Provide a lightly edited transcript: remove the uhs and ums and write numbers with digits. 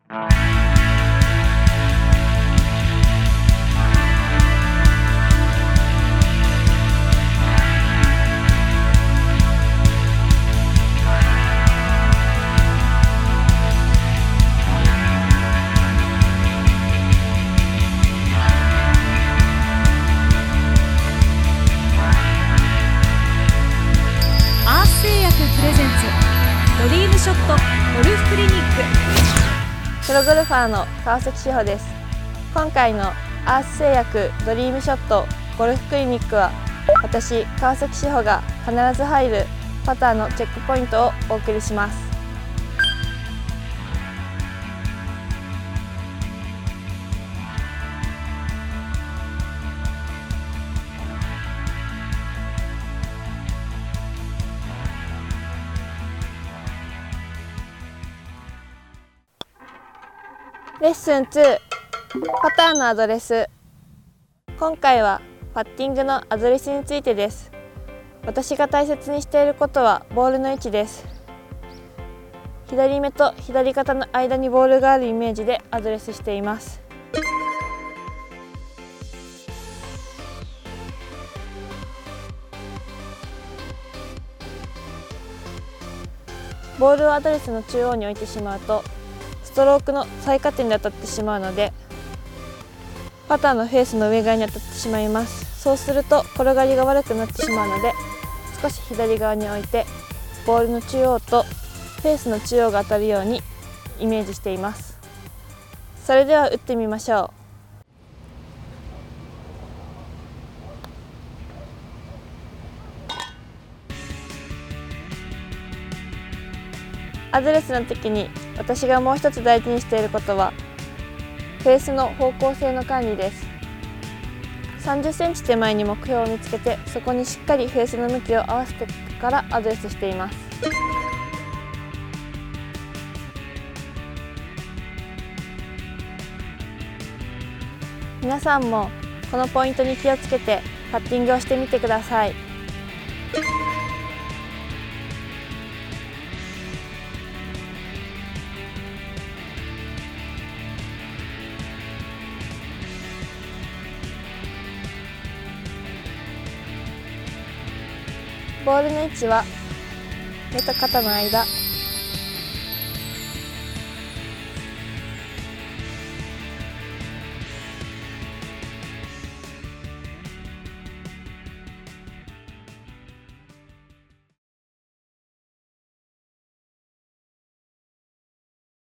ドリームショットゴルフクリニック。 プロゴルファーの川崎志保です。今回のアース製薬ドリームショットゴルフクリニックは、私川崎志保が必ず入るパターのチェックポイントをお送りします。レッスン2、パターのアドレス。今回はパッティングのアドレスについてです。私が大切にしていることはボールの位置です。左目と左肩の間にボールがあるイメージでアドレスしています。ボールをアドレスの中央に置いてしまうと、ストロークの最下点で当たってしまうので、パターのフェースの上側に当たってしまいます。そうすると転がりが悪くなってしまうので、少し左側に置いてボールの中央とフェースの中央が当たるようにイメージしています。それでは打ってみましょう。アドレスの時に私がもう一つ大事にしていることは、フェースの方向性の管理です。30センチ手前に目標を見つけて、そこにしっかりフェースの向きを合わせてからアドレスしています。皆さんもこのポイントに気をつけてパッティングをしてみてください。ボールの位置は目と肩の間。